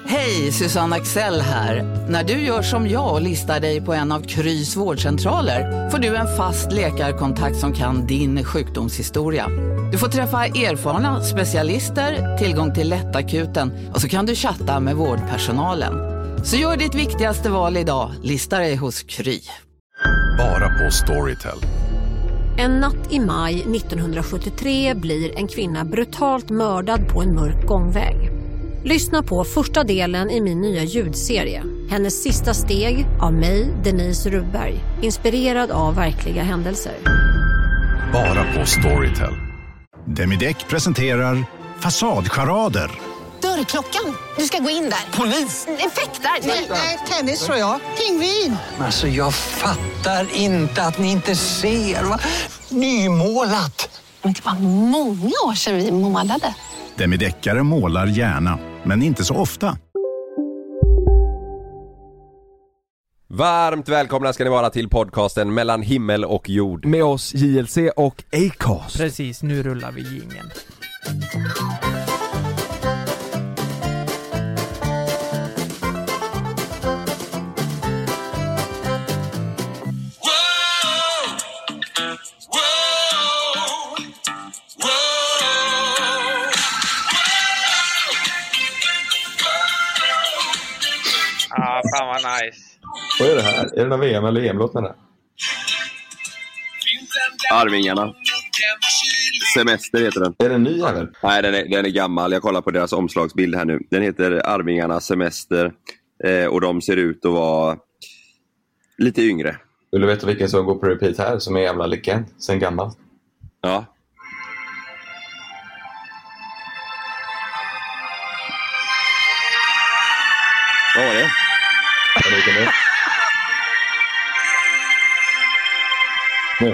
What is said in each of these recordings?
Hej, Susanne Axel här. När du gör som jag och listar dig på en av Krys vårdcentraler får du en fast läkarkontakt som kan din sjukdomshistoria. Du får träffa erfarna specialister, tillgång till lättakuten och så kan du chatta med vårdpersonalen. Så gör ditt viktigaste val idag, lista dig hos Kry. Bara på Storytel. En natt i maj 1973 blir en kvinna brutalt mördad på en mörk gångväg. Lyssna på första delen i min nya ljudserie. Hennes sista steg av mig, Denise Rubberg. Inspirerad av verkliga händelser. Bara på Storytel. Demideck presenterar Fasadcharader. Dörrklockan. Du ska gå in där. Polis? Effektar? Nej, tennis tror jag. Pingvin. Alltså jag fattar inte att ni inte ser. Va? Nymålat. Men det var många år sedan vi målade. Demideckare målar gärna, men inte så ofta. Varmt välkomna ska ni vara till podcasten Mellan himmel och jord. Med oss JLC och Acast. Precis, nu rullar vi jingeln. Ja, fan vad nice. Vad är det här? Är det någon VM eller EM-låt med det? Arvingarna. Semester heter den. Är den ny jävel? Nej, den är gammal. Jag kollar på deras omslagsbild här nu. Den heter Arvingarna Semester. Och de ser ut att vara lite yngre. Vill du veta vilken som går på repeat här som är jävla legend sen gammalt? Ja. Vad var det? Vilken är det? Nu.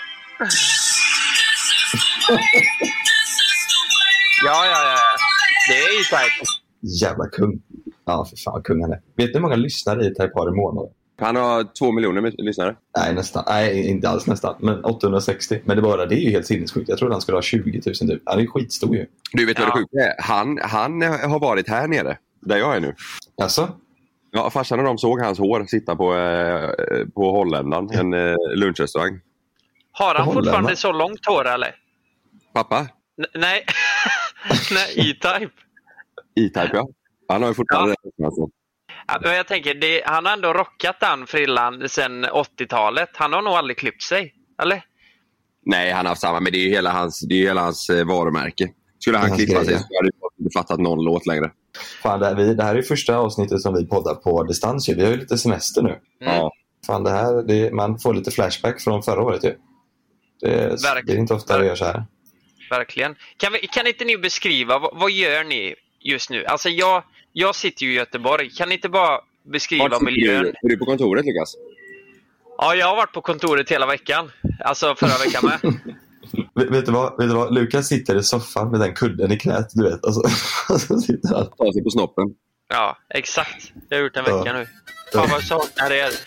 Ja. Det är ju tajt. Jävla kung. Ja, för fan kung han är. Vet du hur många lyssnare i Taipar i månaden? Han har 2 miljoner lyssnare. Nej, nästan. Nej, inte alls nästan. Men 860. Men det är ju helt sinnessjukt. Jag trodde han skulle ha 20 000 typ. Han är skitstor ju. Du vet vad det sjuka är? Han har varit här nere. Där jag är nu. Alltså? Ja, farsan och de såg hans hår sitta på Holländan. En lunchrestaurang. Har han fortfarande så långt hår eller? Pappa? Nej. Nej, E-Type. E-Type, ja. Han har ju fortfarande men jag tänker, han har ändå rockat den frillan sedan 80-talet. Han har nog aldrig klippt sig, eller? Nej, han har haft samma, men det är ju hela hans varumärke. Skulle han klippa sig så hade jag inte fattat någon låt längre. Fan, det här är första avsnittet som vi poddar på distans. Vi har ju lite semester nu. Ja. Fan, man får lite flashback från förra året ju. Det är inte ofta vi gör så här. Verkligen. Kan inte ni beskriva, vad gör ni just nu? Alltså jag sitter ju i Göteborg. Kan ni inte bara beskriva miljön? Är du på kontoret, Lukas? Ja, jag har varit på kontoret hela veckan. Alltså förra veckan med. Vet du vad? Lukas sitter i soffan med den kudden i knät, du vet. Alltså sitter han. Tar sig på snoppen. Ja, exakt. Jag har gjort en vecka nu. Fan vad jag saknar det är.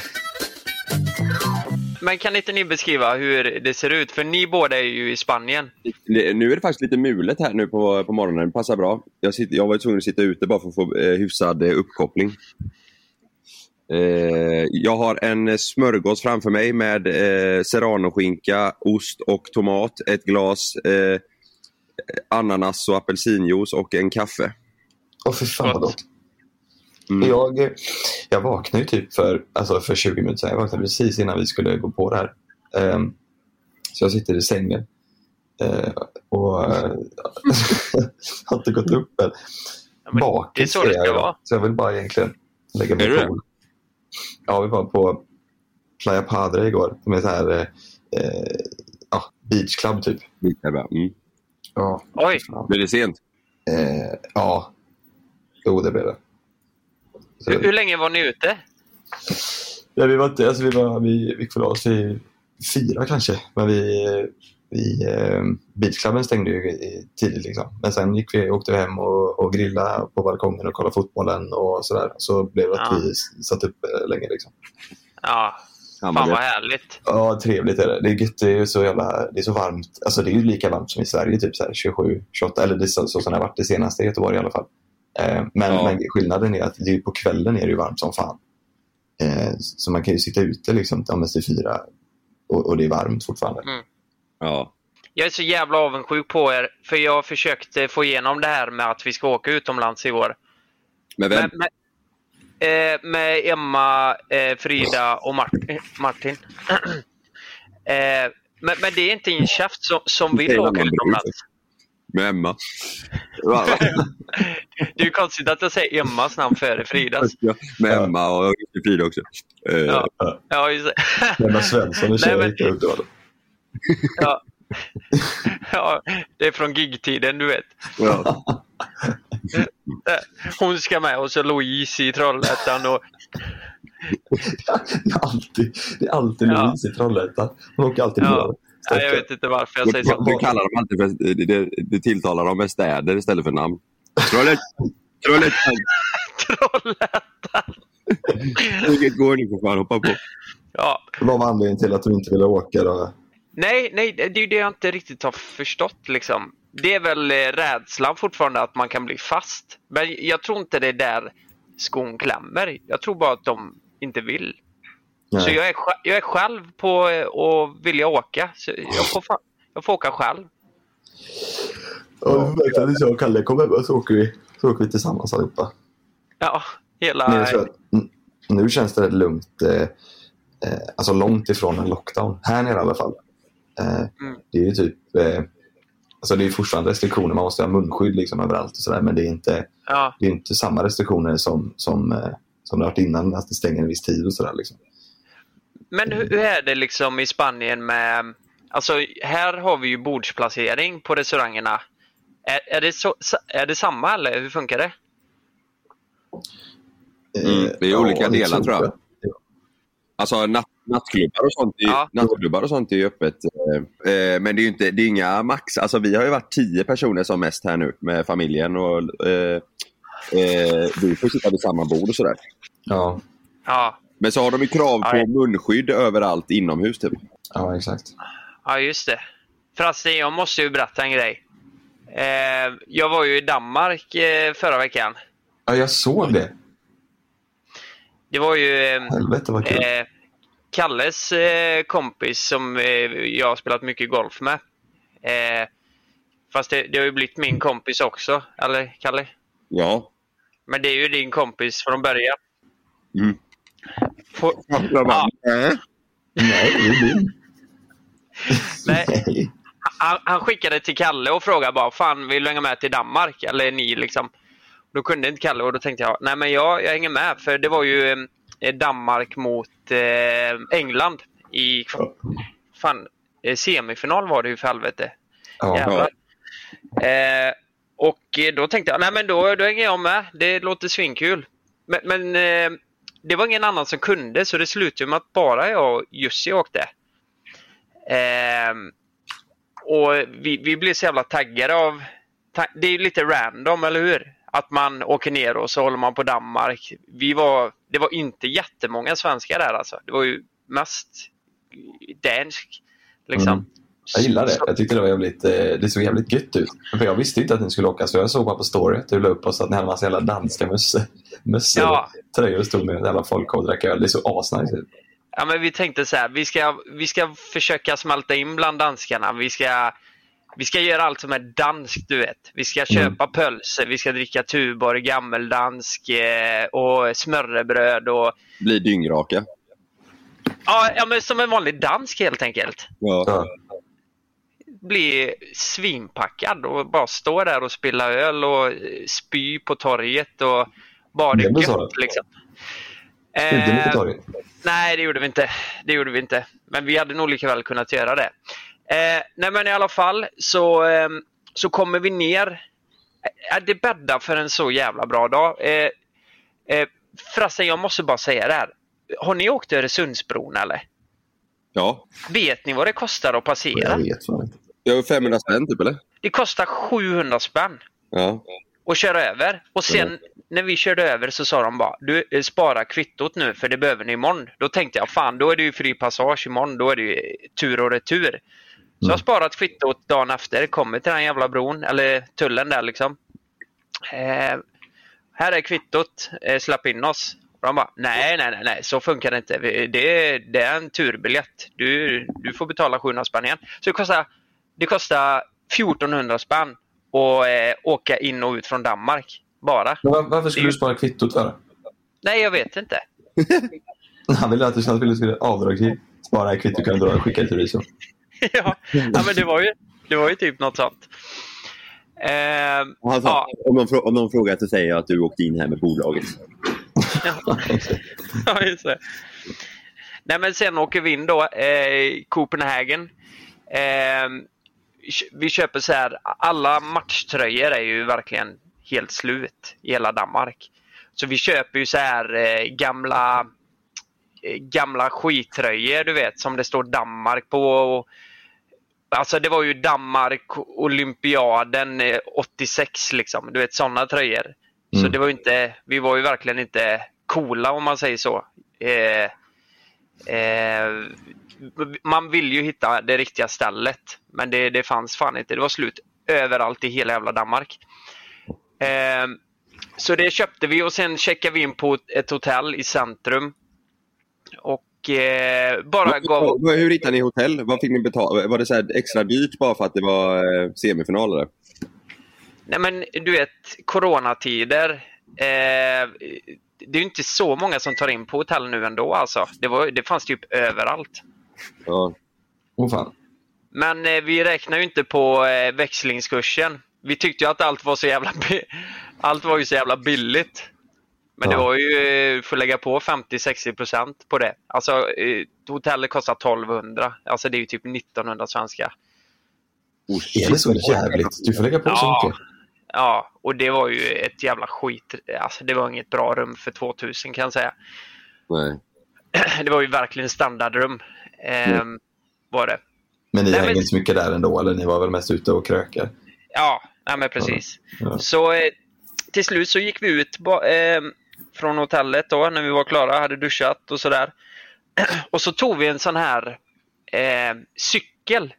Men kan inte ni beskriva hur det ser ut? För ni båda är ju i Spanien. Nu är det faktiskt lite mulet här nu på morgonen. Det passar bra. Jag var tvungen att sitta ute bara för att få hyfsad uppkoppling. Jag har en smörgås framför mig med serranoskinka, ost och tomat. Ett glas ananas och apelsinjuice och en kaffe. För fan vad gott. Jag vaknade ju typ för 20 minuter sedan. Jag vaknade precis innan vi skulle gå på det här. Så jag sitter i sängen. Och har inte gått upp än. Det är så det ska vara. Så jag vill bara egentligen lägga mig på. Ja, vi var på Playa Padre igår. Som är så här beach club typ. Ja. Oj. Blir det sent? Ja. Jo, det blev det. Hur länge var ni ute? Ja, vi var inte, alltså vi gick för oss i 4 kanske. Men beachklubben stängde ju tidigt liksom. Men sen åkte vi hem och grillade på balkongen och kollade fotbollen och sådär. Så blev det att vi satt upp länge liksom. Ja, fan vad härligt. Ja, trevligt är det. Det är gött, det är så jävla, det är så varmt. Alltså det är ju lika varmt som i Sverige typ så här 27, 28 eller det är så som det har varit det senaste i Göteborg i alla fall. Men skillnaden är att det är på kvällen är det ju varmt som fan. Så man kan ju sitta ute liksom till 4 och det är varmt fortfarande. Ja. Jag är så jävla avundsjuk på er, för jag försökte få igenom det här med att vi ska åka utomlands i år. Med vem? Med Emma, Frida och Martin. Men det är inte en käft som vill åka utomlands. Med Emma. Det är ju konstigt att jag säger Emmas namn före Fridas. Med Emma och Frida också. Ja, just det. Emma Svensson och tjejer riktigt Uddevalla. Ja, det är från gigtiden, du vet. Ja. Hon ska med och så Louise i Trollhättan och... Det är alltid Louise i Trollhättan. Hon åker alltid på. Ja, jag vet inte varför jag säger så. Du kallar dem alltid för, det tilltalar dem med städer istället för namn. Trollhättan. Vilket går ni för fan, hoppa på. Ja. Vad var anledningen till att du inte ville åka då? Nej, det är ju det jag inte riktigt har förstått liksom. Det är väl rädslan fortfarande att man kan bli fast. Men jag tror inte det är där skon klämmer. Jag tror bara att de inte vill. Nej. Så jag är själv på att vilja åka. Så jag får åka själv. Ja, verkligen. Så jag Kalle kommer över så åker vi tillsammans allihopa. Ja, hela... Nu känns det rätt lugnt. Alltså långt ifrån en lockdown. Här nere i alla fall. Det är ju typ... Alltså det är fortfarande restriktioner. Man måste ha munskydd liksom överallt och sådär. Men det är inte samma restriktioner som det har varit innan. Att det stänger en viss tid och sådär liksom. Men hur är det liksom i Spanien med... Alltså här har vi ju bordsplacering på restaurangerna. Är det samma eller hur funkar det? Det är olika delar tror jag. Alltså nattklubbar och sånt är ju öppet. Men det är ju inte, det är inga max. Alltså vi har ju varit 10 personer som mest här nu med familjen och vi får sitta vid samma bord och sådär. Ja. Men så har de ju krav på munskydd överallt inomhus typ. Ja, exakt. Ja, just det. Förresten, jag måste ju berätta en grej. Jag var ju i Danmark förra veckan. Ja, jag såg det. Det var ju helvete vad kul. Kalles kompis som jag har spelat mycket golf med. Fast det har ju blivit min kompis också. Eller Kalle? Ja. Men det är ju din kompis från början. Nej, det är din. Nej. Han skickade till Kalle och frågade bara, fan vill du hänga med till Danmark? Eller ni liksom. Då kunde inte Kalle och då tänkte jag, nej men jag hänger med. För det var ju Danmark mot England i semifinal var det ju för helvete. Jävlar. Och då tänkte jag, nej men då hänger jag med. Det låter svinkul. Men det var ingen annan som kunde, så det slutade med att bara jag och Jussi åkte. Och vi blev så jävla taggade av... Det är ju lite random, eller hur? Att man åker ner och så håller man på Danmark. Det var inte jättemånga svenskar där alltså. Det var ju mest dansk liksom. Jag gillar det. Jag tyckte det såg jävligt gött ut. För jag visste inte att ni skulle åka, så jag såg bara på story att du la upp oss att ni hade en massa jävla danska mössor och tröjor och stod med en jävla folk och drack öl. Det så asnice ut. Ja, men vi tänkte så här, vi ska försöka smälta in bland danskarna. Vi ska göra allt som är danskt, du vet. Vi ska köpa pölser, vi ska dricka Tuborg, gammeldansk och smörrebröd och... Bli dyngraka. Ja, men som en vanlig dansk helt enkelt. Ja. Bli svinpackad och bara stå där och spilla öl och spy på torget och bara det gött liksom. Inte mycket torget. Nej, det gjorde vi inte. Men vi hade nog lika väl kunnat göra det. Nej, men i alla fall så kommer vi ner. Det bäddar för en så jävla bra dag. Förresten, jag måste bara säga det här. Har ni åkt Öresundsbron eller? Ja. Vet ni vad det kostar att passera? Jag vet fan. Det var 500 spänn typ, eller? Det kostar 700 spänn. Ja. Och köra över. Och sen när vi körde över så sa de bara, du sparar kvittot nu för det behöver ni imorgon. Då tänkte jag, fan då är det ju fri passage imorgon. Då är det ju tur och retur. Så jag har sparat kvittot dagen efter. Kommer till den jävla bron. Eller tullen där liksom. här är kvittot, släpp in oss. Och de bara, nej, så funkar det inte. Det är en turbiljett. Du får betala 700 spänn igen. Så det kostar 1400 spänn att åka in och ut från Danmark bara. Men varför skulle du spara kvittot för? Nej, jag vet inte. Han ville att du skulle avdragsgill. Spara kvittot kan du skicka till revisor. ja, men det var ju typ något sånt. Han sa, om de frågar så säger jag att du åkte in här med bolaget. Ja, just det. Nej, men sen åker vi in då Copenhagen. Vi köper så här, alla matchtröjor är ju verkligen helt slut i hela Danmark. Så vi köper ju så här gamla skittröjor, du vet, som det står Danmark på. Alltså det var ju Danmark olympiaden 86 liksom, du vet, sådana tröjor. Så det var ju inte, vi var ju verkligen inte coola om man säger så. Man vill ju hitta det riktiga stället, men det fanns fan inte. Det var slut överallt i hela jävla Danmark. Så det köpte vi och sen checkade vi in på ett hotell i centrum. Och hur hittade ni hotell? Vad fick ni betala? Var det så här extra dyrt bara för att det var semifinaler? Nej, men du vet, coronatider, det är ju inte så många som tar in på hotell nu ändå alltså. Det fanns typ överallt. Ja. Fan. Men vi räknar ju inte på växlingskursen. Vi tyckte ju att allt var ju så jävla billigt. Men det var ju för att lägga på 50-60% på det. Alltså hotellet kostar 1200. Alltså det är ju typ 1900 svenska. Är det så jävligt? Du får lägga på så mycket. Ja, och det var ju ett jävla skit. Alltså det var inget bra rum för 2000 kan jag säga. Nej. Det var ju verkligen standardrum. Var det. Men ni hängde inte så mycket där ändå, eller ni var väl mest ute och krökar? Ja, men precis. Ja. Så till slut så gick vi ut från hotellet då när vi var klara, hade duschat och sådär. Och så tog vi en sån här cykel.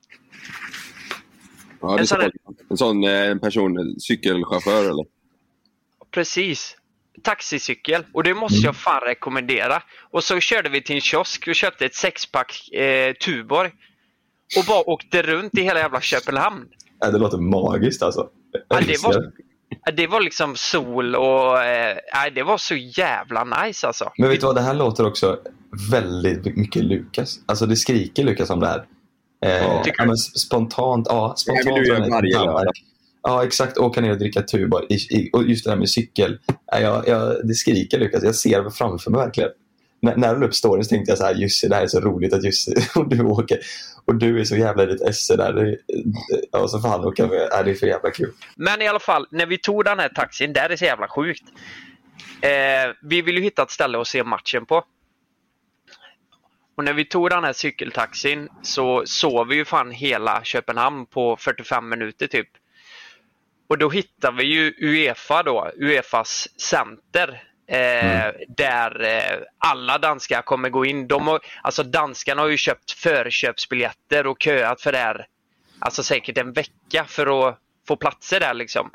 Ja, en sån cykelchaufför eller? Precis. Taxicykel. Och det måste jag fan rekommendera. Och så körde vi till en kiosk och köpte ett 6-pack Tuborg. Och bara åkte runt i hela jävla Köpenhamn. Ja, det låter magiskt alltså. Det var liksom sol och det var så jävla nice alltså. Men vet du vad, det här låter också väldigt mycket Lukas. Alltså det skriker Lukas om det här. Men spontant varje lördag. Ja, exakt. Åka ner och dricka Tuborg. Och just det här med cykel. Det skriker Lukas. Jag ser det framför mig verkligen. När du uppstår så tänkte jag så här, Jussi, det här är så roligt att Jussi och du åker. Och du är så jävla ditt esse där. Ja, så fan åka med. Det är för jävla kul. Men i alla fall, när vi tog den här taxin, där är så jävla sjukt. Vi vill ju hitta ett ställe att se matchen på. Och när vi tog den här cykeltaxin så såg vi ju fan hela Köpenhamn på 45 minuter typ. Och då hittade vi ju UEFAs center. Där alla danskar kommer gå in. Alltså danskarna har ju köpt förköpsbiljetter och köat för det här. Alltså säkert en vecka för att få platser där liksom.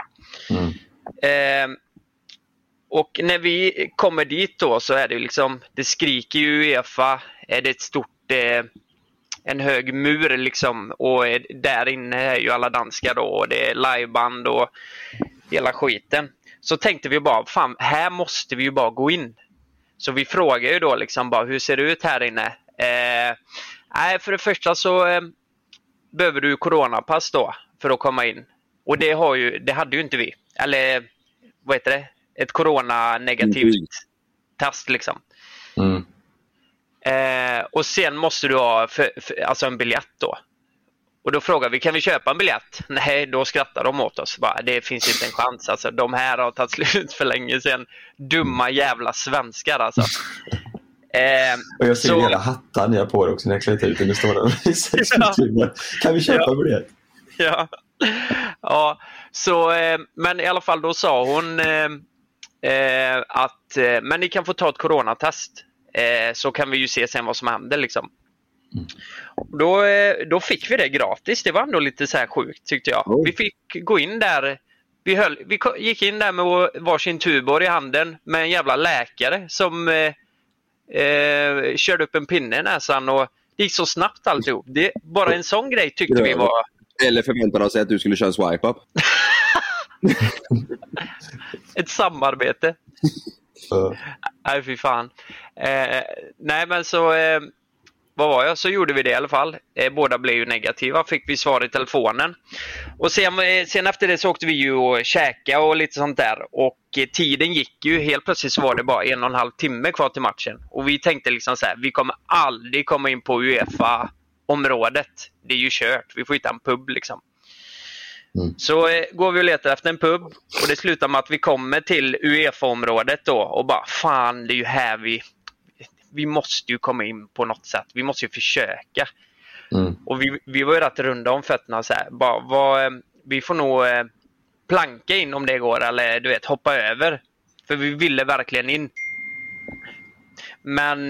Och när vi kommer dit då så är det liksom, det skriker ju UEFA, är det ett stort en hög mur liksom, och där inne är ju alla danskar då, och det är liveband och hela skiten. Så tänkte vi bara, fan, här måste vi ju bara gå in. Så vi frågar ju då liksom bara, hur ser det ut här inne? Nej, för det första så behöver du coronapass då för att komma in. Och det hade ju inte vi. Eller vad heter det? Ett coronanegativt test liksom. Och sen måste du ha alltså en biljett då. Och då frågar vi, kan vi köpa en biljett? Nej, då skrattar de åt oss. Bara, det finns inte en chans. Alltså, de här har tagit slut för länge sedan. Dumma jävla svenskar alltså. Och jag ser hela hattar ni har på er också när jag klätt ut. Det står där. Kan vi köpa biljett? Ja, så, men i alla fall då sa hon att men ni kan få ta ett coronatest. Så kan vi ju se sen vad som händer liksom. Då fick vi det gratis. Det var ändå lite så här sjukt tyckte jag. Vi fick gå in där Vi gick in där med varsin Tuborg i handen med en jävla läkare som körde upp en pinne i näsan och det gick så snabbt alltihop. Bara en sån grej tyckte vi var... Eller förväntade oss att du skulle köra en swipe-up. Ett samarbete. Nej, fy fan. Nej, men så... vad var jag? Så gjorde vi det i alla fall. Båda blev ju negativa. Fick vi svar i telefonen. Och sen efter det så åkte vi ju och käka och lite sånt där. Och tiden gick ju. Helt plötsligt så var det bara 1,5 timme kvar till matchen. Och vi tänkte liksom så här. Vi kommer aldrig komma in på UEFA-området. Det är ju kört. Vi får hitta en pub liksom. Så går vi och letar efter en pub. Och det slutar med att vi kommer till UEFA-området då. Och bara fan, det är ju här vi måste ju komma in på något sätt. Vi måste ju försöka. Och vi var ju rätt runda om fötterna så här. Vi får nog planka in om det går. Eller du vet, hoppa över. För vi ville verkligen in. Men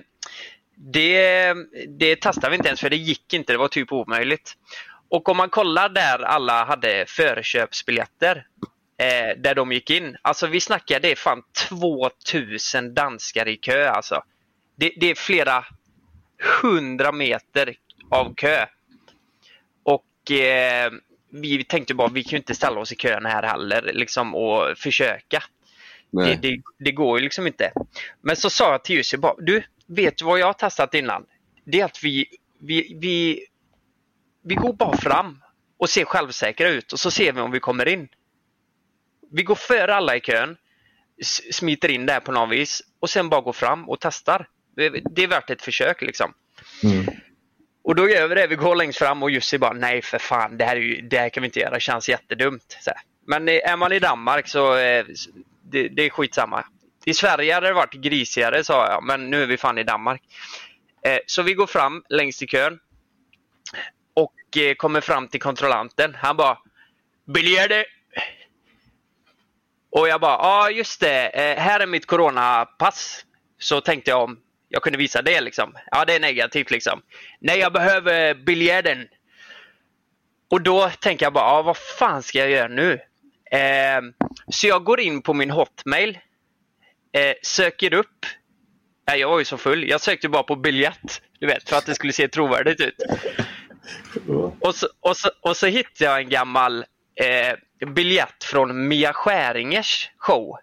det testade vi inte ens. För det gick inte. Det var typ omöjligt. Och om man kollar där alla hade förköpsbiljetter. Där de gick in. Alltså vi snackar, det är fan 2000 danskar i kö alltså. Det är flera 100 meter av kö. Och vi tänkte bara, vi kan ju inte ställa oss i kön här heller liksom, och försöka. Det går ju liksom inte. Men så sa jag till Jussi bara, du vet vad jag har testat innan? Det är att vi går bara fram och ser självsäkra ut. Och så ser vi om vi kommer in. Vi går före alla i kön. Smiter in där på något vis. Och sen bara går fram och testar. Det är värt ett försök liksom. Och då gör vi det. Vi går längst fram och Jussi bara, nej för fan, det här kan vi inte göra. Det känns jättedumt. Så här. Men är man i Danmark så det är skitsamma. I Sverige hade det varit grisigare, sa jag. Men nu är vi fan i Danmark. Så vi går fram längst i kön. Och kommer fram till kontrollanten. Han bara, biljetter. Och jag bara, ja just det, här är mitt coronapass. Så tänkte jag om jag kunde visa det liksom. Ja, det är negativt liksom. Nej, jag behöver biljetten. Och då tänker jag bara, ja vad fan ska jag göra nu? Så jag går in på min hotmail. Söker upp. Nej, jag var ju så full. Jag sökte bara på biljett. Du vet, för att det skulle se trovärdigt ut. Och så hittade jag en gammal biljett från Mia Skäringers show.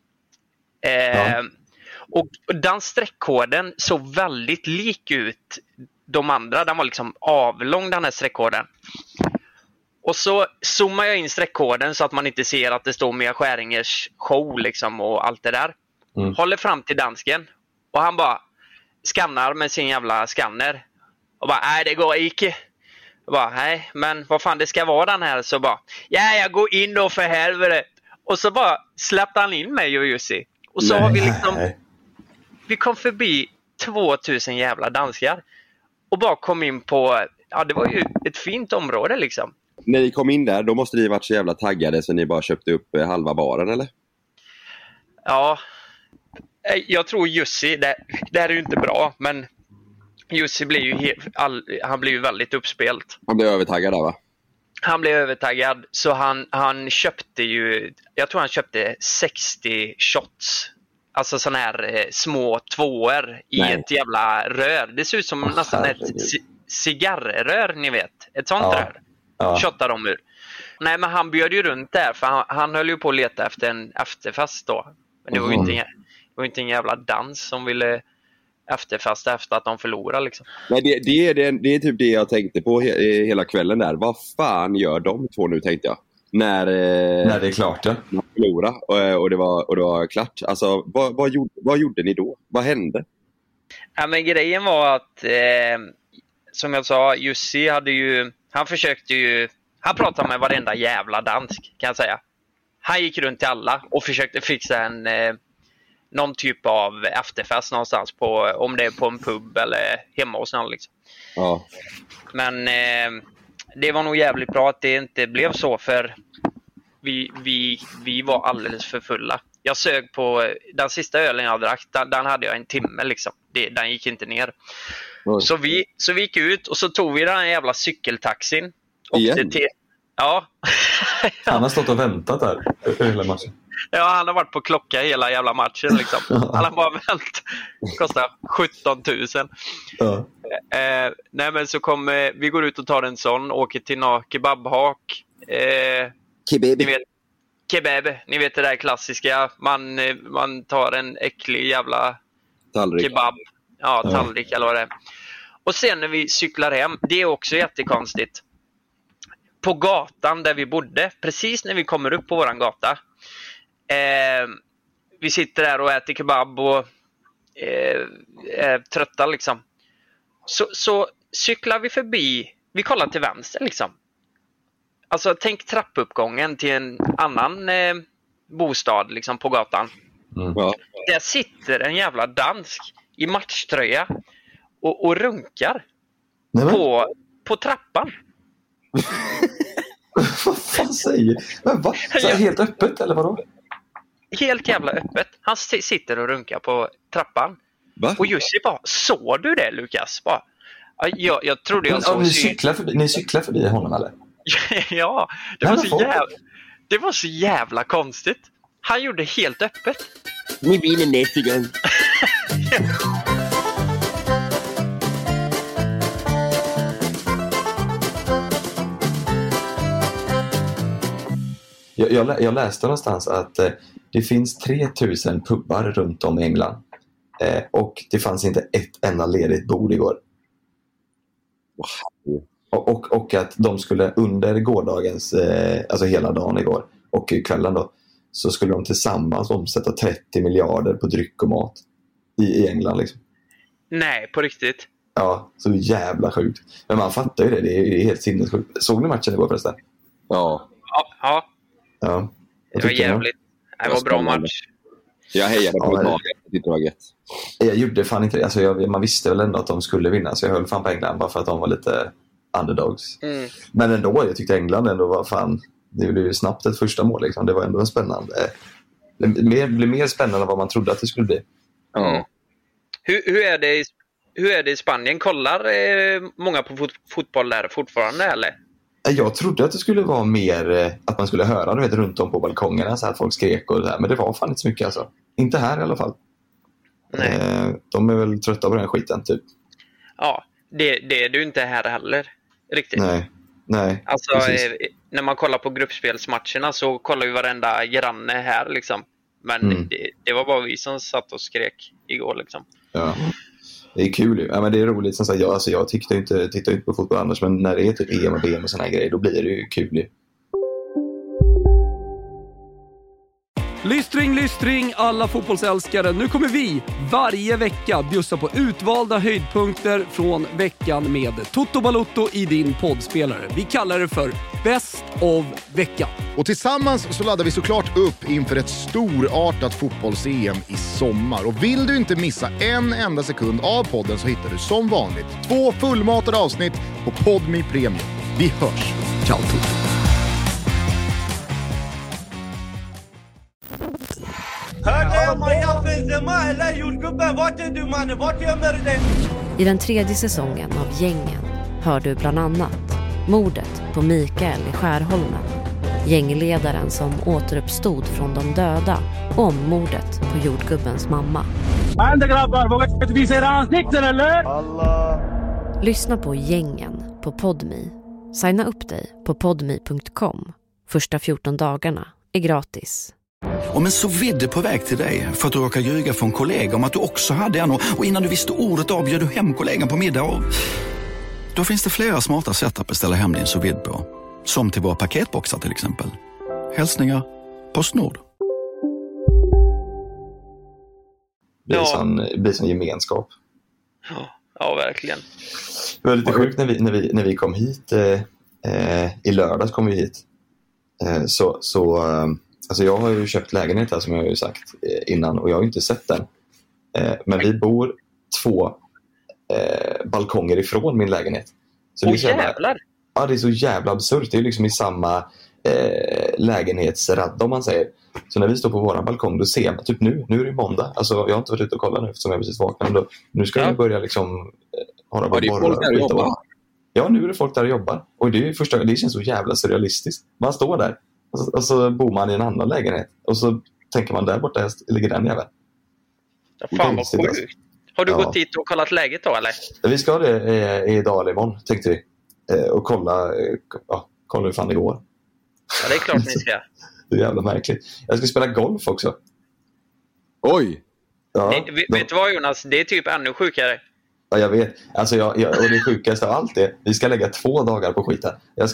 Och den streckkoden såg väldigt lik ut de andra. Den var liksom avlång, den här streckkoden. Och så zoomar jag in streckkoden så att man inte ser att det står Mia Skäringers show liksom och allt det där. Håller fram till dansken. Och han bara skannar med sin jävla skanner. Och bara, nej det går inte. Jag bara, nej men vad fan det ska vara den här. Så bara, ja jag går in då för helvete. Och så bara släppte han in mig och Jussi. Och så har vi liksom, vi kom förbi 2000 jävla danskar. Och bara kom in på, ja det var ju ett fint område liksom. När ni kom in där, då måste ni varit så jävla taggade så ni bara köpte upp halva baren eller? Ja, jag tror Jussi, det här är ju inte bra, men Jussi blir ju han blir ju väldigt uppspelt. Han blev övertaggad där va? Han blev övertaggad så han köpte ju, jag tror han köpte 60 shots. Alltså såna här små tvåor i ett jävla rör. Det ser ut som nästan ett cigarrrör, ni vet. Ett sånt rör. Shottar de ur. Nej, men han bjöd ju runt där för han höll ju på att leta efter en efterfest då. Men det var ju inte en jävla dans som ville efterfesta efter att de förlorade liksom. Nej, det är typ det jag tänkte på hela kvällen där. Vad fan gör de två nu, tänkte jag. När det är klart ja. De förlorade och det var klart. Alltså, vad gjorde ni då? Vad hände? Ja, men grejen var att som jag sa, Jussi hade ju, han pratade med varenda jävla dansk kan jag säga. Han gick runt till alla och försökte fixa någon typ av efterfest någonstans om det är på en pub eller hemma hos någon liksom. Ja. Men det var nog jävligt bra att det inte blev så, för vi var alldeles för fulla. Jag sög på den sista ölen jag drack, den hade jag en timme liksom. Den gick inte ner. Så vi gick ut och så tog vi den jävla cykeltaxin. Ja. Han har stått och väntat där hela matchen. Ja, han har varit på klocka hela jävla matchen liksom. Han har bara vänt. Kostar 17 000. Ja. Nej, men så vi går ut och tar en sån. Åker till kebabhak. Kebab. Ni vet det där klassiska. Man tar en äcklig jävla tallrik. Kebab. Ja, tallrik eller vad det är. Och sen när vi cyklar hem. Det är också jättekonstigt. På gatan där vi bodde. Precis när vi kommer upp på våran gata. Vi sitter där och äter kebab och är trötta liksom. Så cyklar vi förbi. Vi kollar till vänster liksom. Alltså tänk trappuppgången till en annan bostad liksom på gatan. Ja. Där sitter en jävla dansk i matchtröja och runkar på trappan. Vad fan säger du? Men va? Så helt öppet eller vadå? Helt jävla öppet. Han sitter och runkar på trappan. Va? Och Jussi bara, såg du det Lukas? Bara, jag trodde jag såg... Ni cyklar förbi honom eller? Ja, det var så jävla konstigt. Han gjorde helt öppet. Ni vinner nästa gång. Jag läste någonstans att det finns 3000 pubbar runt om i England. Och det fanns inte ett enda ledigt bord igår. Och att de skulle under gårdagens, alltså hela dagen igår och kvällen då, så skulle de tillsammans omsätta 30 miljarder på dryck och mat i England liksom. Nej, på riktigt. Ja, så jävla sjukt. Men man fattar ju det är helt sinnessjukt. Såg ni matchen igår förresten? Ja. Det var jävligt. Det var bra match. Jag hejade på Italien. Jag gjorde fan inte det. Alltså man visste väl ändå att de skulle vinna. Så jag höll fan på England bara för att de var lite underdogs. Men ändå, jag tyckte England ändå var fan... Det blev ju snabbt ett första mål liksom. Det var ändå spännande. Det blev mer spännande än vad man trodde att det skulle bli. Hur är det i Spanien? Kollar många på fotboll där fortfarande eller? Jag trodde att det skulle vara mer att man skulle höra runt om på balkongerna så att folk skrek och det här. Men det var fan inte så mycket alltså. Inte här i alla fall. Nej. De är väl trötta på den skiten typ. Ja, det är du inte här heller. Riktigt. Nej. Alltså när man kollar på gruppspelsmatcherna så kollar vi varenda granne här liksom. Men det var bara vi som satt och skrek igår liksom. Ja. Det är kul ju. Ja, men det är roligt som sagt. Jag tittar inte på fotboll annars, men när det är typ EM och VM och såna här grejer, då blir det ju kul ju. Lystring alla fotbollsälskare. Nu kommer vi varje vecka bjussa på utvalda höjdpunkter från veckan med Toto Balotto i din poddspelare. Vi kallar det för Best of veckan. Och tillsammans så laddar vi såklart upp inför ett storartat fotbolls-EM i sommar. Och vill du inte missa en enda sekund av podden så hittar du som vanligt 2 fullmatade avsnitt på Podme Premium. Vi hörs. Ciao Toto. I den 3:e säsongen av Gängen hör du bland annat mordet på Mikael i Skärholmen, gängledaren som återuppstod från de döda, och mordet på jordgubbens mamma. Lyssna på Gängen på Podme. Signa upp dig på podme.com. Första 14 dagarna är gratis. Om en så vidde på väg till dig för att du råkar ljuga från kollega om att du också hade en och innan du visste ordet av bjöd du hem kollegan på middag och... Då finns det flera smarta sätt att beställa hem din så vid på. Som till våra paketboxar till exempel. Hälsningar PostNord. Det blir sån gemenskap. Ja, verkligen. Det var lite sjukt när vi kom hit. I lördags kom vi hit. Alltså jag har ju köpt lägenhet här som jag har ju sagt innan och jag har ju inte sett den. Men vi bor 2 balkonger ifrån min lägenhet. Så jävlar! Ja, det är så jävla absurt. Det är liksom i samma lägenhetsradd om man säger. Så när vi står på våran balkong då ser man, typ nu är det måndag. Alltså jag har inte varit ute och kollat nu eftersom jag precis vaknade. Nu ska jag börja liksom... det är folk där och jobbar. Ja, nu är det folk där och jobbar. Och det är ju det känns så jävla surrealistiskt. Man står där och så bor man i en annan lägenhet. Och så tänker man, där borta ligger den jäveln. Ja, fan vad sjukt. Har du gått dit och kollat läget då, eller? Vi ska det idag eller imorgon, tänkte vi. Och kolla hur fan det går. Ja, det är klart ni ska. Det är jävla märkligt. Jag ska spela golf också. Oj! Ja, vet du vad, Jonas? Det är typ ännu sjukare. Ja, jag vet. Alltså och det sjukaste av allt är, vi ska lägga 2 dagar på skiten.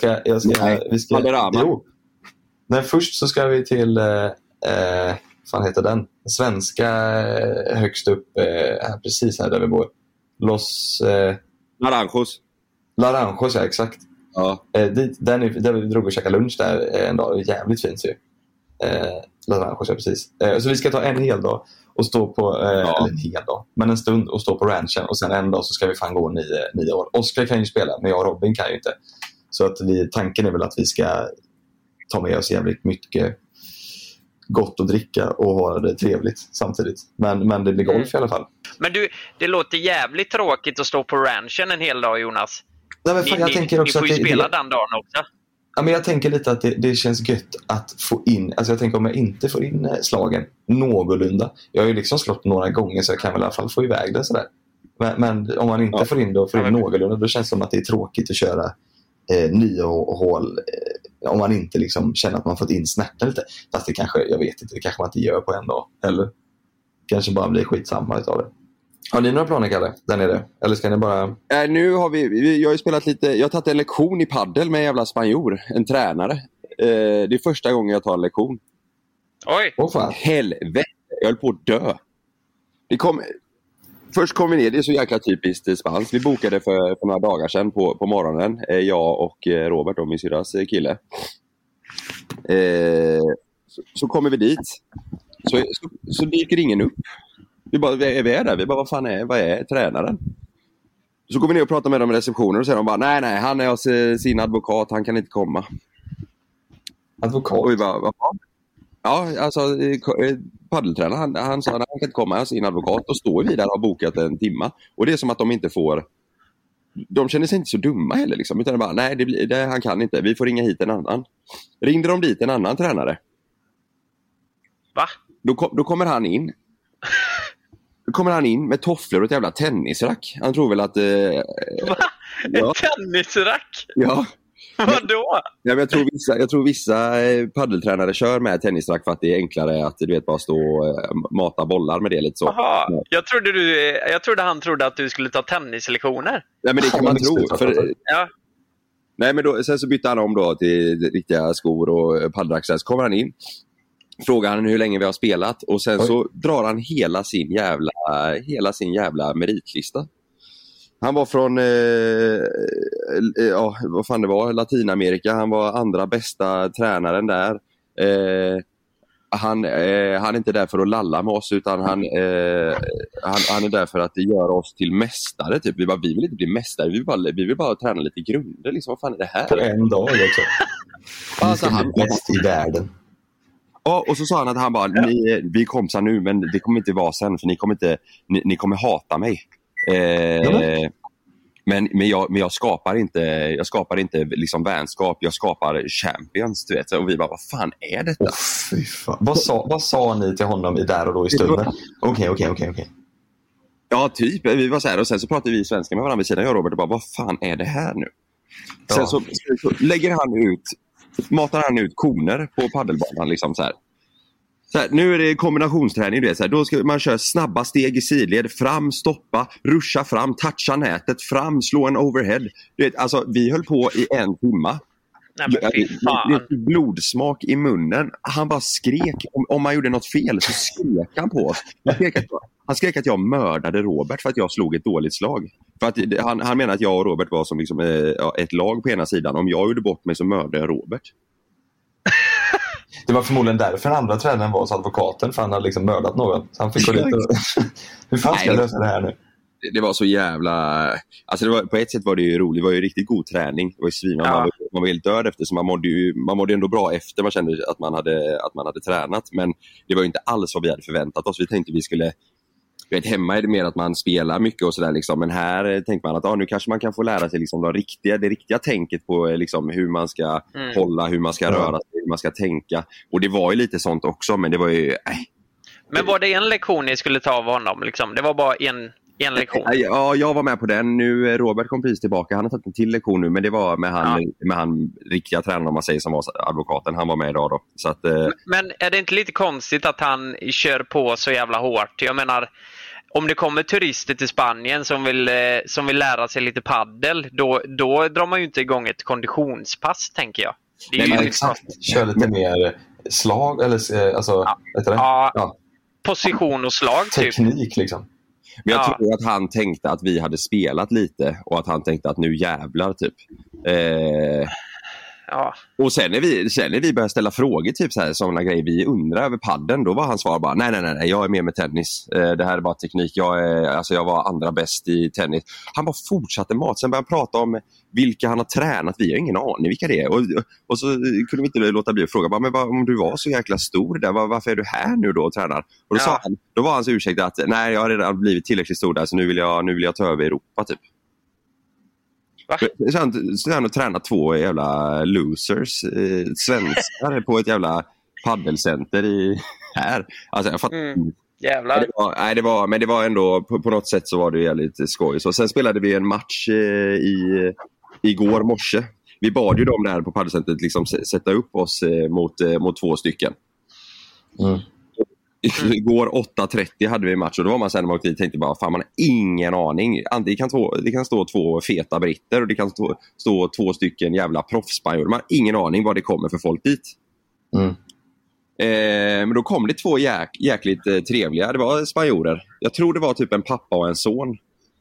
Nej, först så ska vi till fan heter den? Svenska högst upp precis här där vi bor. Naranjos. Naranjos, ja, exakt. Ja. Där vi drog och käkade lunch där en dag. Jävligt fint ju. Naranjos, ja, precis. Så vi ska ta en hel dag och stå på eller en hel dag, men en stund och stå på ranchen, och sen en dag så ska vi fan gå 9 år. Oskar kan ju spela, men jag och Robin kan ju inte. Så att tanken är väl att vi ska ta med oss jävligt mycket gott att dricka och ha det trevligt samtidigt. Men det blir golf i alla fall. Men du, det låter jävligt tråkigt att stå på ranchen en hel dag, Jonas. Nej, men jag tänker också ni får ju spela den dagen också. Ja, men jag tänker lite att det känns gött att få in, alltså jag tänker om jag inte får in slagen någorlunda. Jag har ju liksom slått några gånger, så jag kan väl i alla fall få iväg det sådär. Men om man inte får in någorlunda, då känns det som att det är tråkigt att köra nya hål om man inte liksom känner att man fått in snärten lite. Fast det kanske, jag vet inte, det kanske man inte gör på en dag. Eller kanske bara blir skitsamma utav det. Har ni några planer, Kalle? Där nere? Eller ska ni bara... Nu har jag har ju spelat lite... Jag har tagit en lektion i paddel med en jävla spanjor. En tränare. Det är första gången jag tar en lektion. Oj! Fan. Helvete! Jag höll på att dö. Först kom vi ner, det är så jäkla typiskt spans. Vi bokade för några dagar sedan på morgonen. Jag och Robert, min syrras kille. Så kommer vi dit. Så dyker ingen upp. Vi är där. Vi bara, vad är tränaren? Så går vi ner och pratar med dem i receptionen och säger de bara, nej, han är hos sin advokat, han kan inte komma. Advokat? Och vi bara, vad fan? Ja, alltså paddeltränaren, han sa att han kan inte komma, han sin advokat. Och står vi där och har bokat en timma. Och det är som att de inte får... De känner sig inte så dumma heller liksom. Utan bara, nej, han kan inte. Vi får ringa hit en annan. Ringde de dit en annan tränare. Va? Då kommer han in. Då kommer han in med tofflor och ett jävla tennisrack. Han tror väl att... Va? Ja. Ett tennisrack? Ja. Vadå? Ja, men jag tror vissa paddeltränare kör med tennisrack för att det är enklare att bara stå och mata bollar med det lite så. Aha. Ja. Jag trodde han trodde att du skulle ta tennislektioner. Ja, men det kan man tro. Ja. Nej, men sen så bytte han om då till riktiga skor och paddelrack. Så kommer han in. Frågar han hur länge vi har spelat. Och sen så drar han hela sin jävla meritlista. Han var från vad fan det var, Latinamerika. Han var andra bästa tränaren där. Han är inte där för att lalla med oss, utan han är där för att göra oss till mästare typ. Vi vill inte bli mästare, vi vill bara träna lite grunder liksom. Vad fan är det här? För en dag också. Alltså, han är bäst i världen. Ja, och så sa han att han bara, vi är kompisar nu, men det kommer inte vara sen, för ni kommer hata mig. Men jag skapar inte liksom vänskap, jag skapar champions, du vet. Och vi bara, vad fan är detta? Fy fan. Vad sa ni till honom där och då i stunden? Okej. Ja, typ. Vi var så här, och sen så pratade vi svenska med varandra vid sidan, jag och Robert, och bara, vad fan är det här nu? Ja. Sen så matar han ut koner på paddelbanan liksom så här. Så här, nu är det kombinationsträning, det så här, då ska man köra snabba steg i sidled, fram, stoppa, ruscha fram, toucha nätet, fram, slå en overhead. Du vet, alltså vi höll på i 1 timme. Det blodsmak i munnen. Han bara skrek, om man gjorde något fel så skrek han på oss. Han skrek att jag mördade Robert för att jag slog ett dåligt slag. För att han menar att jag och Robert var som liksom, ett lag på ena sidan. Om jag gjorde bort mig så mördade jag Robert. Det var förmodligen därför den andra tränaren var hos advokaten, för han hade liksom mördat någon. Så han fick gå dit och... Hur fan ska jag lösa det här nu? Det var så jävla... Alltså på ett sätt var det ju roligt. Det var ju riktigt god träning. Det var ju svinande. Ja. Man var helt död efter, så man mådde ändå bra efter. Man kände att man hade tränat. Men det var ju inte alls vad vi hade förväntat oss. Vi tänkte vi skulle Hemma är det mer att man spelar mycket och sådär liksom. Men här tänker man att nu kanske man kan få lära sig liksom det riktiga tänket på liksom hur man ska hålla, hur man ska röra sig, hur man ska tänka. Och det var ju lite sånt också, men det var ju... Men var det en lektion ni skulle ta av honom? Liksom? Det var bara en lektion? Ja, jag var med på den. Nu Robert kom precis tillbaka. Han har tagit en till lektion nu, men det var med han riktiga tränaren, om man säger, som var advokaten. Han var med idag då. Så att, Men är det inte lite konstigt att han kör på så jävla hårt? Jag menar, om det kommer turister till Spanien som vill lära sig lite paddel, då drar man ju inte igång ett konditionspass, tänker jag. Det är ju exakt. Kör lite mer slag eller vet du det? Ja. Position och slag typ. Teknik liksom. Men jag tror att han tänkte att vi hade spelat lite och att han tänkte att nu jävlar typ. Och sen när vi började ställa frågor typ så här, sådana grejer, vi undrar över padden, då var hans svar bara nej, jag är med tennis. Det här är bara teknik. Jag var andra bäst i tennis. Han bara fortsatte sen började prata om vilka han har tränat. Vi har ingen aning vilka det är. Och så kunde vi inte låta bli att fråga, men om du var så jäkla stor där, varför är du här nu då och tränar? Och då var hans ursäkt att nej, jag har redan blivit tillräckligt stor där, så nu vill jag ta över Europa typ. Så han har tränat 2 jävla losers, svenskar på ett jävla paddelcenter här. Alltså jag fattar. Jävlar. Men det var ändå på något sätt så var det jävligt skoj. Så sen spelade vi en match igår morse. Vi bad ju dem där på paddelcentret liksom sätta upp oss mot 2 stycken. Igår 8.30 hade vi match och då var man sen när man åkte dit, tänkte bara, fan, man har ingen aning. Det kan stå 2 feta britter och det kan stå 2 stycken jävla proffspanjor. Man har ingen aning vad det kommer för folk dit. Men då kom det 2 jäkligt trevliga. Det var spanjorer. Jag tror det var typ en pappa och en son.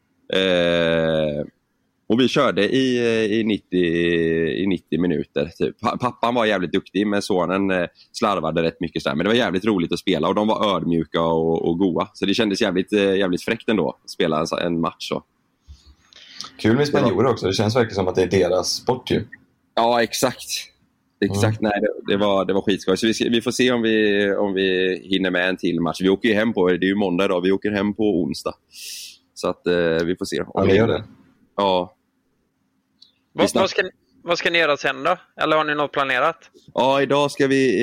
Och vi körde i 90 minuter typ. Pappan var jävligt duktig, men sonen slarvade rätt mycket där. Men det var jävligt roligt att spela och de var ödmjuka och goa. Så det kändes jävligt fräckt ändå att spela en match så. Kul med spanjorer också. Det känns verkligen som att det är deras sport ju. Ja, exakt. Nej, det var skitskoj. Så vi får se om vi hinner med en till match. Vi åker ju hem det är ju måndag idag. Vi åker hem på onsdag. Så att vi får se. Ja, vi gör det. Ja. Vad ska ni göra sen då? Eller har ni något planerat? Ja, idag ska vi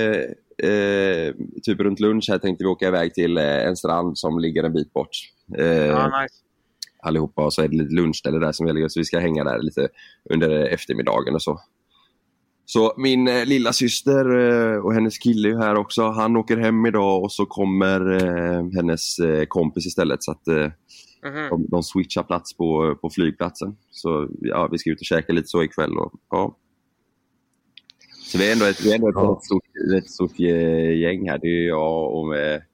typ runt lunch här tänkte vi åka iväg till en strand som ligger en bit bort. Nice. Allihopa, och så är det lite lunchställe där som vi lägger, så vi ska hänga där lite under eftermiddagen och så. Så min lilla syster och hennes kille är här också. Han åker hem idag och så kommer hennes kompis istället, så att de switchar plats på flygplatsen. Så ja, vi ska ut och käka lite så ikväll och ja. Så vi är ändå ett stort gäng här. Det är jag och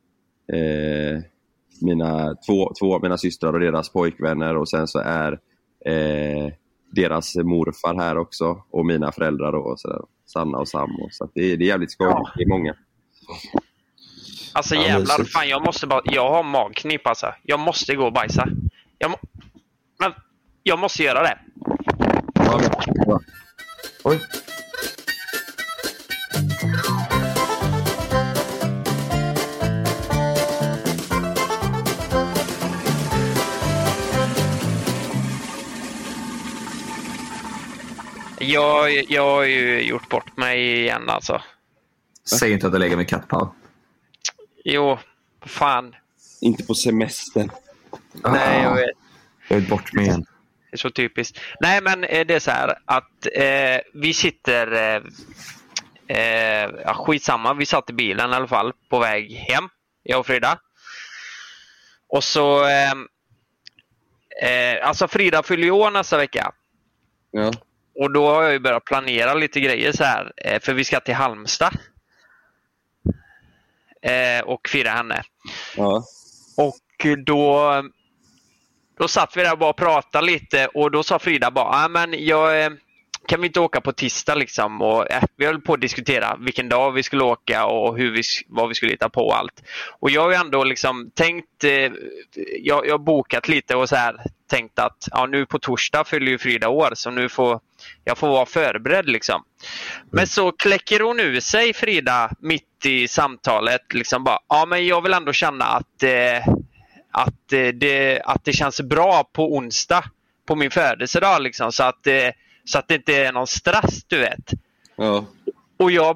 två av mina systrar och deras pojkvänner, och sen så är deras morfar här också och mina föräldrar och sådär, Sanna och Sam, och så att det är jävligt skoj. Ja. Det är många. Alltså jävlar, fan, jag har magknip alltså. Jag måste gå och bajsa. Men jag måste göra det. Ja. Oj. Jag har ju gjort bort mig igen alltså. Säg inte att jag lägger med kattpaus. Jo, fan. Inte på semestern. Nej, jag vet. Jag är bort mig igen. Det är så typiskt. Nej, men det är så här att vi sitter... skitsamma, vi satt i bilen i alla fall på väg hem, jag och Frida. Och så... alltså Frida fyller år nästa vecka. Ja. Och då har jag ju börjat planera lite grejer så här. För vi ska till Halmstad. Och fira henne. Ja. Och då satt vi där och bara pratade lite. Och då sa Frida bara, men kan vi inte åka på tisdag liksom? Och vi höll på att diskutera vilken dag vi skulle åka och vad vi skulle hitta på och allt. Och jag har ju ändå liksom tänkt, jag har bokat lite och så här tänkt att nu på torsdag fyller ju Frida år, så nu får jag vara förberedd liksom. Men så kläcker hon ur sig, Frida, mitt i samtalet liksom bara, men jag vill ändå känna att det känns bra på onsdag på min födelsedag liksom, så att det inte är någon stress, du vet. Ja. Och jag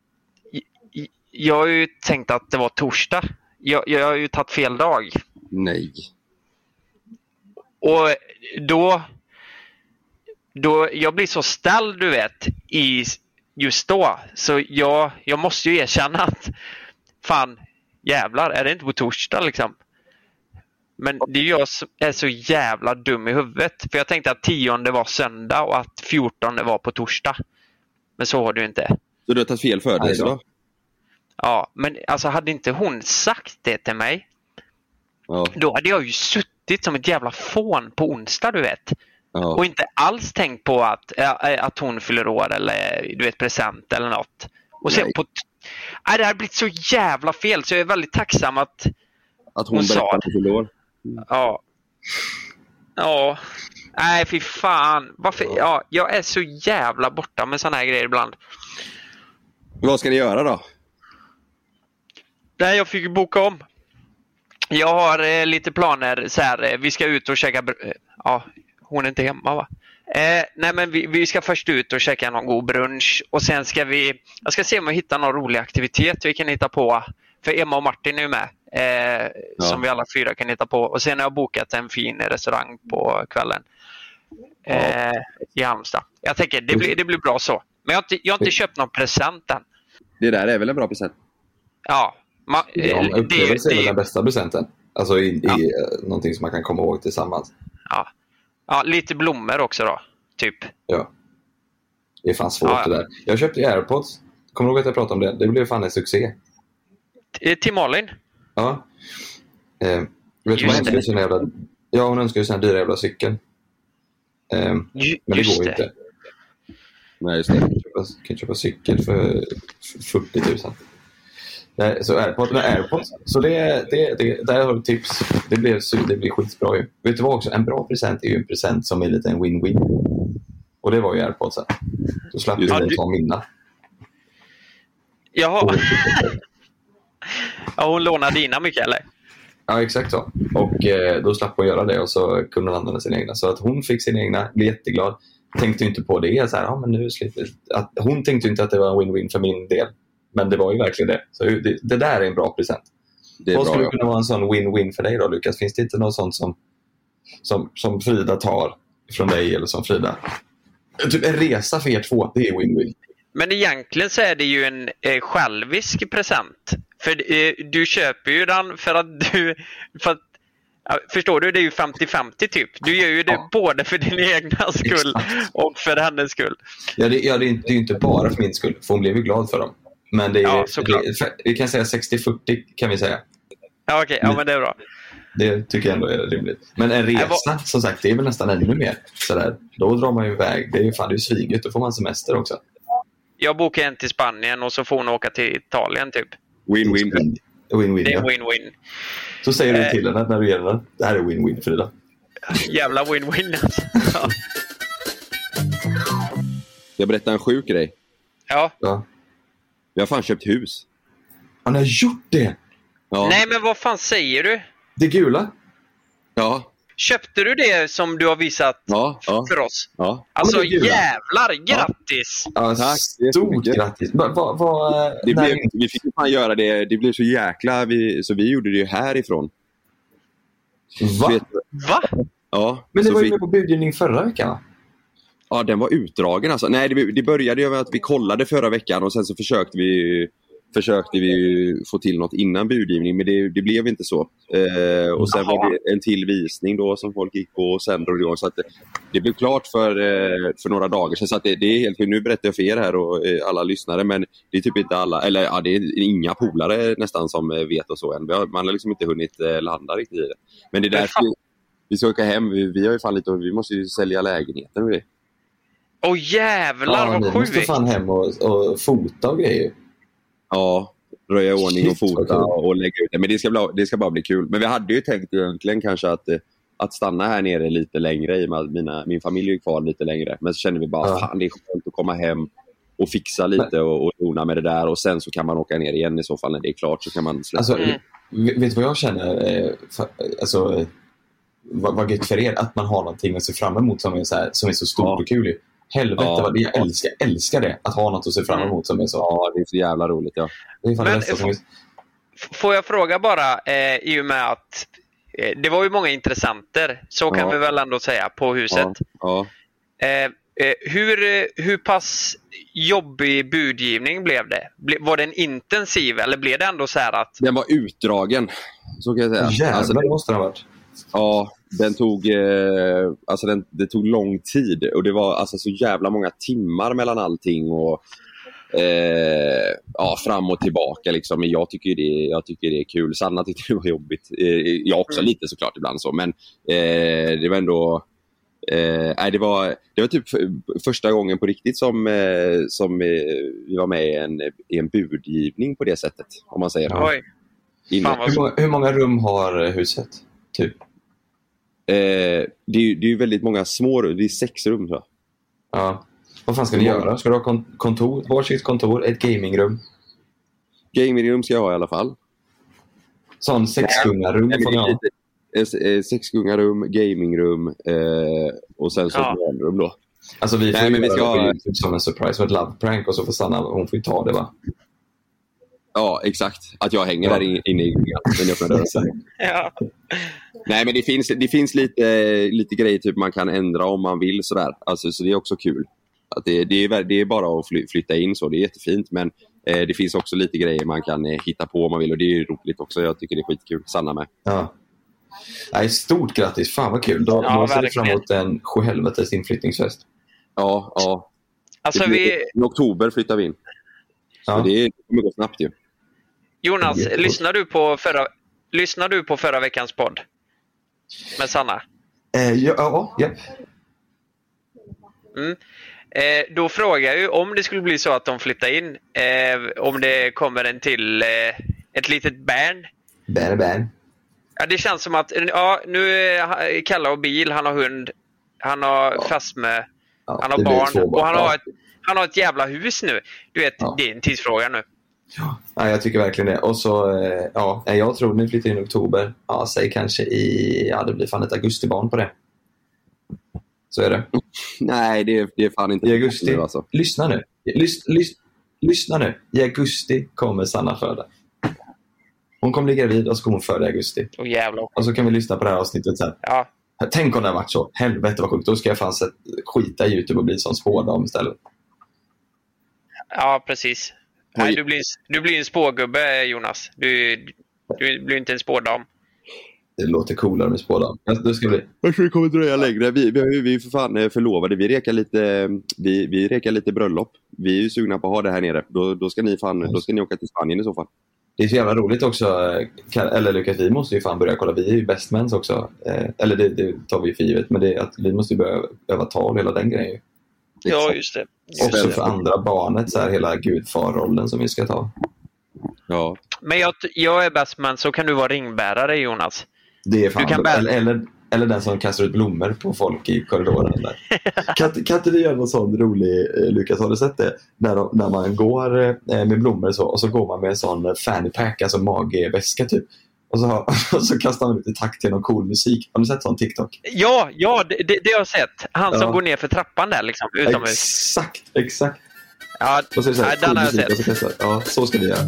har ju tänkt att det var torsdag. Jag har ju tagit fel dag. Nej. Och då jag blir så ställd, du vet, i just då. Så jag måste ju erkänna att fan, jävlar, är det inte på torsdag liksom? Men det är jag som är så jävla dum i huvudet. För jag tänkte att 10:e var söndag och att 14:e var på torsdag. Men så har du inte. Så du har tagit fel för dig då? Ja, men alltså hade inte hon sagt det till mig, då hade jag ju suttit som ett jävla fån på onsdag, du vet. Ja. Och inte alls tänkt på att hon fyller år eller du vet, present eller något. Och sen det har blivit så jävla fel, så jag är väldigt tacksam att hon berättar att hon fyller år. Ja. Ja. Nej, fy fan. Varför? Ja, jag är så jävla borta med såna här grejer ibland. Vad ska ni göra då? Nej, jag fick boka om. Jag har lite planer så här. Vi ska ut och käka... hon är inte hemma, va? Nej, men vi ska först ut och käka någon god brunch. Och sen ska jag ska se om vi hittar någon rolig aktivitet vi kan hitta på. För Emma och Martin är ju med. Som vi alla 4 kan hitta på. Och sen har jag bokat en fin restaurang på kvällen. I Halmstad. Jag tänker, det blir bra så. Men jag har inte köpt någon present än. Det där är väl en bra present? Ja. Upplevelse är väl den bästa presenten. Alltså i någonting som man kan komma ihåg tillsammans. Ja, lite blommor också då. Typ. Ja. Det är fan svårt det där. Jag köpte AirPods. Kommer du ihåg att jag pratade om det? Det blev fan en succé. Till Malin? Ja. Vet du, hon önskar ju sån här dyra jävla cykel. Men det går ju inte. Nej, just det. Kan köpa cykel för 40 000. Nej, så AirPods. Så där har du tips. Det blir skitbra ju. Vet du vad också? En bra present är ju en present som är lite en win-win. Och det var ju AirPods. Så slapp du ta mina. Jaha. Ja, hon lånade dina mycket, eller? Ja, exakt så. Och då slapp hon göra det och så kunde hon använda sina egna. Så att hon fick sina egna, blev jätteglad. Tänkte inte på det. Så här, men nu slipper att hon tänkte inte att det var en win-win för min del. Men det var ju verkligen det. Så det där är en bra present. Vad skulle kunna vara en sån win-win för dig då, Lukas? Finns det inte något sånt som Frida tar från dig eller som Frida? Typ en resa för er 2, det är win-win. Men egentligen så är det ju en självisk present. För du köper ju den för att förstår du, det är ju 50-50 typ. Du gör ju det både för din egna skull och för hennes skull. Ja, det är ju inte bara för min skull. För hon blev ju glad för dem. Men det är vi kan säga 60-40 kan vi säga. Ja, okej. Ja, men det är bra. Det tycker jag ändå är rimligt. Men en resa, som sagt, det är väl nästan ännu mer. Sådär. Då drar man ju iväg. Det är ju sviget. Då får man semester också. Jag bokar en till Spanien och så får hon åka till Italien typ. Win-win. Win-win, det är win-win. Så säger du till henne när du ger henne. Det här är win-win, Frida. Jävla win-win. Jag berättar en sjuk grej. Ja. Vi har fan köpt hus. Han har gjort det? Ja. Nej, men vad fan säger du? Det gula? Ja. Köpte du det som du har visat för oss? Ja. Alltså jävlar, grattis! Ja, tack. Stort grattis. Vi fick fan göra det. Det blev så jäkla... Så vi gjorde det ju härifrån. Va? Ja. Men det var ju med på budgivning förra veckan, va? Ja, den var utdragen alltså. Nej, det började ju med att vi kollade förra veckan och sen så försökte vi få till något innan budgivning, men det blev inte så. Och sen var det en till visning då som folk gick på och sen drog det igång. Så att det blev klart för några dagar sedan. Så att det är helt... Nu berättar jag för er här och alla lyssnare, men det är typ inte alla, eller ja, det är inga polare nästan som vet och så än. Man har liksom inte hunnit landa riktigt i det. Men det är därför vi ska åka hem. Vi har ju fan vi måste ju sälja lägenheten och det. Jävlar, vad sjukt! Ni måste fan hem och fota och grejer. Ja, röja i ordning och fota och lägga ut det. Men det ska bara bli kul. Men vi hade ju tänkt egentligen kanske att stanna här nere lite längre i och med att min familj är kvar lite längre. Men så känner vi bara, fan det är skönt att komma hem och fixa lite och dona med det där. Och sen så kan man åka ner igen i så fall när det är klart. Så kan man släppa vet du vad jag känner? Alltså, vad gött för er att man har någonting att se fram emot som är så stort och kul. Helvete, vad jag älskar det. Att ha något att se fram emot som är så... Ja, det är så jävla roligt, ja. Det är fan det bästa som är... Får jag fråga bara, i och med att det var ju många intressenter, så kan vi väl ändå säga, på huset. Ja. Hur pass jobbig budgivning blev det? Var den intensiv eller blev det ändå så här att... Den var utdragen, så kan jag säga. Jävlar, alltså, det måste det ha varit. Ja, det tog lång tid och det var alltså så jävla många timmar mellan allting och fram och tillbaka liksom. Men jag tycker det är kul. Sanna tyckte det var jobbigt. Jag också lite såklart ibland så, men det var ändå det var typ första gången på riktigt som vi var med i en budgivning på det sättet, om man säger. Oj. Hur många rum har huset? Typ. Det är ju väldigt många små rum. Det är 6 rum, tror jag. Ja. Vad fan ska ni göra? Ska du ha kontor? Varsitt kontor? Ett gamingrum? Gamingrum ska jag ha i alla fall. Sån 6-gungarum får ni ha. 6-gungarum, gamingrum och sen så ett barnrum då. Alltså vi ska ha som en surprise med ett love prank och så får Sanna, hon får ju ta det, va? Ja, exakt. Att jag hänger där inne i den öppna dörren. Ja. Nej, men det finns lite grejer typ man kan ändra om man vill sådär. Alltså, så det är också kul. Att det är bara att flytta in så, det är jättefint. Men det finns också lite grejer man kan hitta på om man vill. Och det är roligt också, jag tycker det är skitkul. Sanna med. Ja. Nej, stort grattis, fan vad kul. Då ser vi fram emot en sjuhelvetes inflyttningsfest. Ja. Alltså i oktober flyttar vi in. Så det kommer gå snabbt ju. Jonas, lyssnar du på förra veckans podd med Sanna? Ja. Då frågar jag ju om det skulle bli så att de flyttar in, om det kommer en till ett litet barn. Barn. Ja, det känns som att nu är Kalle och bil, han har hund, han har fästmö, han har barn och han har ett jävla hus nu. Du vet, det är en tidsfråga nu. Ja, jag tycker verkligen det. Och så, jag tror ni flyttar in i oktober. Ja, säg kanske det blir fan ett augustibarn på det. Så är det. Nej, det är fan inte. I augusti, nu, alltså. Lyssna nu. Lyssna nu. I augusti kommer Sanna föda. Hon kommer ligga vid och så kommer hon föda i augusti. Och så kan vi lyssna på det här avsnittet sen. Ja. Tänk om det har varit så. Helvete vad sjukt. Då ska jag fan skita i YouTube och bli sån spådam istället. Ja, precis. Nej, du blir en spågubbe, Jonas. Du blir inte en spådam. Det låter coolare med spådam. Det ska bli. Jag tror det kommer dröja längre. Vi för fan förlovade. Vi rekar lite bröllop. Vi är ju sugna på att ha det här nere. Då ska ni åka till Spanien i så fall. Det är så jävla roligt också. Eller Lukas, vi måste ju fan börja kolla. Vi är ju bestmans också. Eller det tar vi för givet. Men det är att vi måste ju börja öva tal hela den grejen. Ja, just det. Också för andra barnet, så här, hela gudfarrollen som vi ska ta. Ja. Men jag är bestman, så kan du vara ringbärare, Jonas. Det är fan. Eller den som kastar ut blommor på folk i korridoren. Där. kan inte du göra någon sån rolig, Lukas, har du sett det? När man går med blommor och så går man med en sån fanny pack, alltså magväska typ. Och så kastar man ut i takt till någon cool musik. Har du sett sån TikTok? Ja, det har jag sett. Han som går ner för trappan där liksom, utomhus. Exakt. Ja, den har jag sett. Ja, så ska vi göra.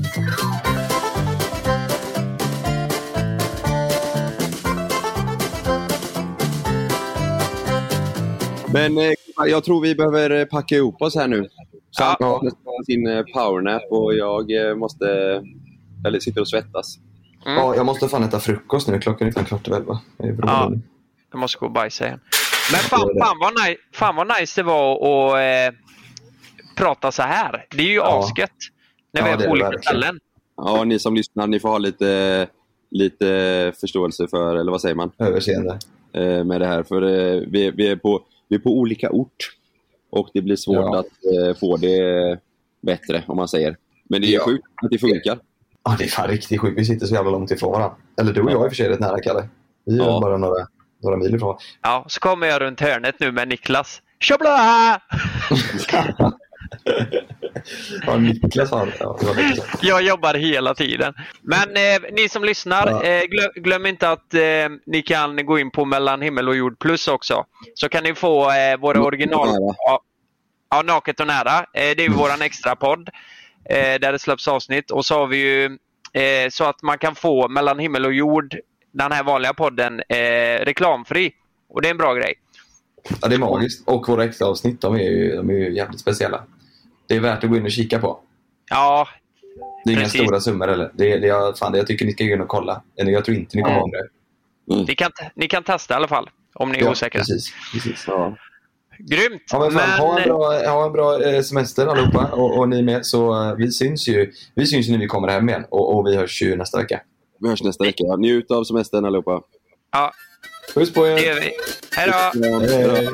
Men jag tror vi behöver packa ihop oss här nu. Så han har sin powernap och jag sitter och svettas. Ja, jag måste fan äta frukost nu. Klockan är 11:15. Jag måste gå och bajsa igen. Men fan vad nice det var att prata så här. Det är ju asgött när vi är på olika ställen. Ja, ni som lyssnar, ni får ha lite förståelse för, eller vad säger man? Överseende. Med det här. För vi är på olika ort. Och det blir svårt att få det bättre, om man säger. Men det är sjukt att det funkar. Ja, det är fan riktigt sjukt. Vi sitter så jävla långt ifrån varandra. Eller du och jag är för sig rätt nära, Kalle. Vi är bara några mil ifrån. Ja, så kommer jag runt hörnet nu med Niklas. Tjabla! Ja, Niklas har Jag jobbar hela tiden. Men ni som lyssnar, glöm inte att ni kan gå in på Mellan himmel och jord plus också. Så kan ni få våra original... Ja, Naket och nära. Det är våran extra podd där det släpps avsnitt. Och så har vi ju så att man kan få Mellan himmel och jord, den här vanliga podden, reklamfri. Och det är en bra grej. Ja, det är magiskt. Och våra extra avsnitt, de är ju jävligt speciella. Det är värt att gå in och kika på. Ja, det är inga stora summor eller. Jag tycker ni ska gå in och kolla. Jag tror inte ni kommer ihåg det. Ni kan testa i alla fall om ni är osäkra. Precis. Ja. Grymt. Ja, men ha en bra semester allihopa och ni med. Så vi syns ju när vi kommer hem igen. Och vi hörs ju nästa vecka. Vi hörs nästa vecka. Njut av semestern allihopa. Ja. Puss på er. Det gör vi. Hej då. Hej.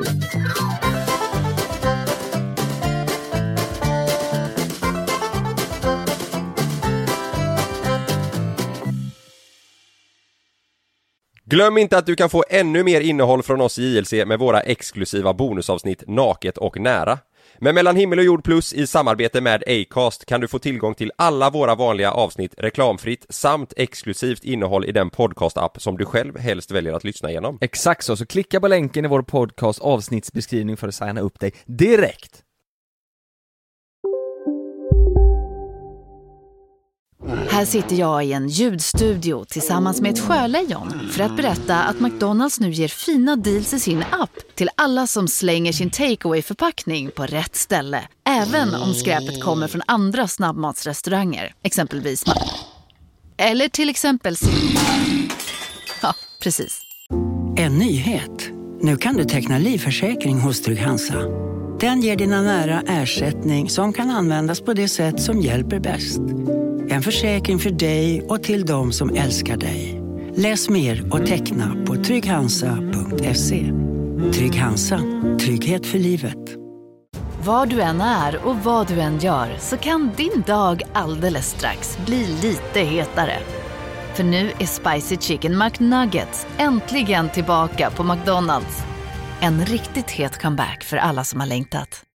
Glöm inte att du kan få ännu mer innehåll från oss i JLC med våra exklusiva bonusavsnitt Naket och nära. Med Mellan himmel och jord plus i samarbete med Acast kan du få tillgång till alla våra vanliga avsnitt reklamfritt samt exklusivt innehåll i den podcast-app som du själv helst väljer att lyssna igenom. Exakt så klicka på länken i vår podcast avsnittsbeskrivning för att signa upp dig direkt. Här sitter jag i en ljudstudio tillsammans med ett sjölejon för att berätta att McDonald's nu ger fina deals i sin app till alla som slänger sin takeaway-förpackning på rätt ställe. Även om skräpet kommer från andra snabbmatsrestauranger, exempelvis eller till exempel ja, precis. En nyhet. Nu kan du teckna livförsäkring hos Trygg-Hansa. Den ger dina nära ersättning som kan användas på det sätt som hjälper bäst. En försäkring för dig och till de som älskar dig. Läs mer och teckna på trygghansa.se. Trygg-Hansa. Trygghet för livet. Var du än är och vad du än gör så kan din dag alldeles strax bli lite hetare. För nu är Spicy Chicken McNuggets äntligen tillbaka på McDonald's. En riktigt het comeback för alla som har längtat.